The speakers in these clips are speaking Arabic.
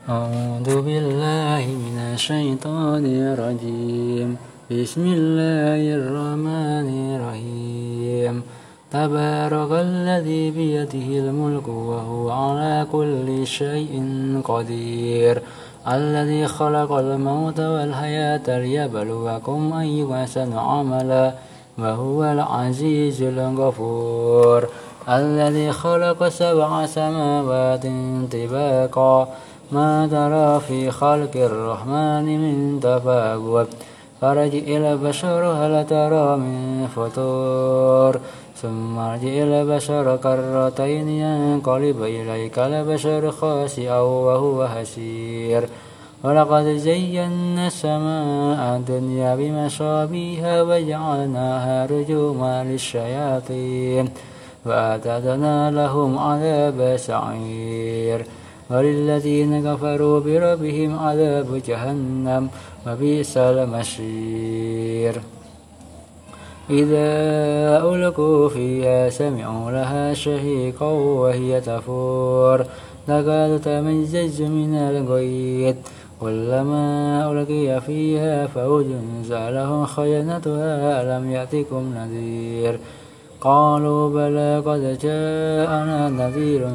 أعوذ بالله من الشيطان الرجيم. بسم الله الرحمن الرحيم. تبارك الذي بيده الملك وهو على كل شيء قدير. الذي خلق الموت والحياة ليبلوكم أيكم أحسن عملا وهو العزيز الغفور. الذي خلق 7 سماوات طباقا ما ترى في خلق الرحمن من تفاوت فرجع إلى البشر هل ترى من فطور ثم ارجع إلى البشر كرتين ينقلب إليك البشر خاسئا وهو حسير. ولقد زينا السماء الدنيا بمصابيح وجعلناها رجوما للشياطين وأعتدنا لهم عذاب سعير. وللذين كفروا بربهم عذاب جهنم وبئس المصير. إذا ألقوا فيها سمعوا لها شهيقا وهي تفور تكاد تميز من الغيظ كلما ألقي فيها فوج سألهم خزنتها ألم يأتكم نذير قالوا بلى قد جاءنا نذير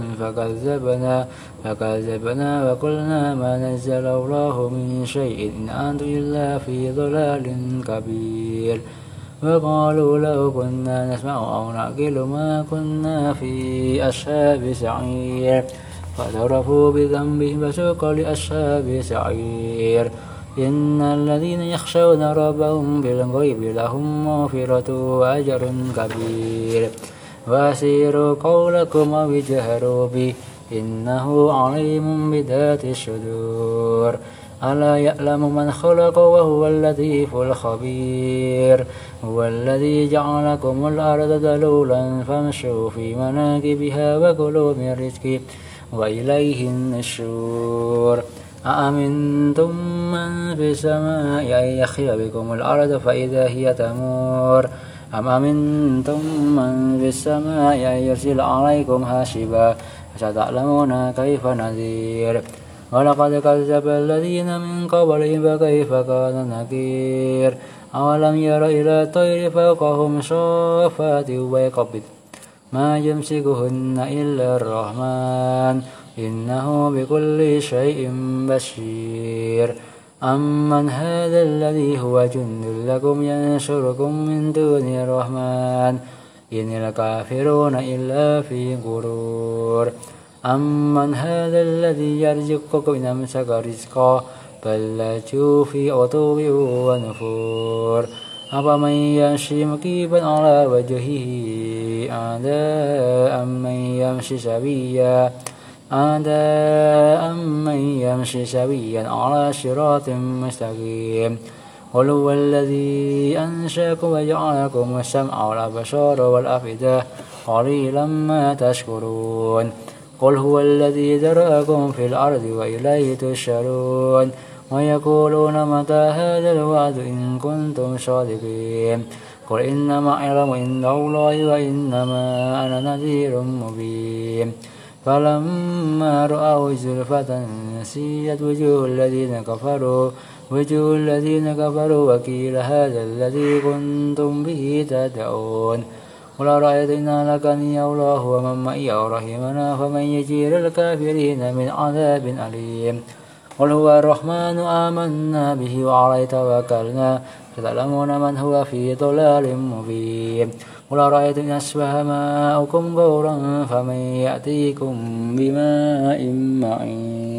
فكذبنا وقلنا ما نزل الله من شيء إن أنتم إلا في ضلال كبير. وقالوا لو كنا نسمع أو نعقل ما كنا في أصحاب سعير فاعترفوا بذنبهم فسوقا لأصحاب سعير. إن الذين يخشون ربهم بالغيب لهم مغفرة وأجر كبير. وأسروا قولكم أو اجهروا به إنه عليم بذات الصدور. ألا يعلم من خلق وهو اللطيف الخبير. هو الذي جعلكم الأرض ذلولا فامشوا في مناكبها وكلوا من رزقه وإليه النشور. أأمنتم من في السماء أن يخسف بكم الأرض فإذا هي تمور أم أمنتم من في السماء أن يرسل عليكم حاصبا فستعلمون كيف نذير. ولقد كذب الذين من قبلهم فكيف كان نكير. أولم ير إلى الطير فوقهم صافات ويقبض ما يمسكهن إلا الرحمن إنه بكل شيء بصير. أمن هذا الذي هو جند لكم ينصركم من دون الرحمن إن الكافرون إلا في غرور. أمن هذا الذي يرزقكم إن أمسك رزقا بل لجوا في عتو ونفور. أفمن يمشي مكبا على وجهه أهدى أمن يمشي سويا على صراط مستقيم. قل هو الذي أنشأكم وجعلكم السمع والأبصار والأفئدة قليلا ما تشكرون. قل هو الذي ذرأكم في الأرض وإليه تحشرون. ويقولون متى هذا الوعد إن كنتم صادقين. قل إنما أعلم عند الله وإنما أنا نذير مبين. فلما رأوا زلفة سيئت وجوه الذين كفروا وقيل هذا الذي كنتم به تدعون. قل أرأيت إن أهلكني الله ومن معي أو رحمنا فمن يجير الكافرين من عذاب أليم. قل هو الرحمن آمنا به وعليه توكلنا فتعلمون من هو في ضلال مبين. قل أرأيت إن أصبح ماؤكم غورا فمن يأتيكم بماء معين.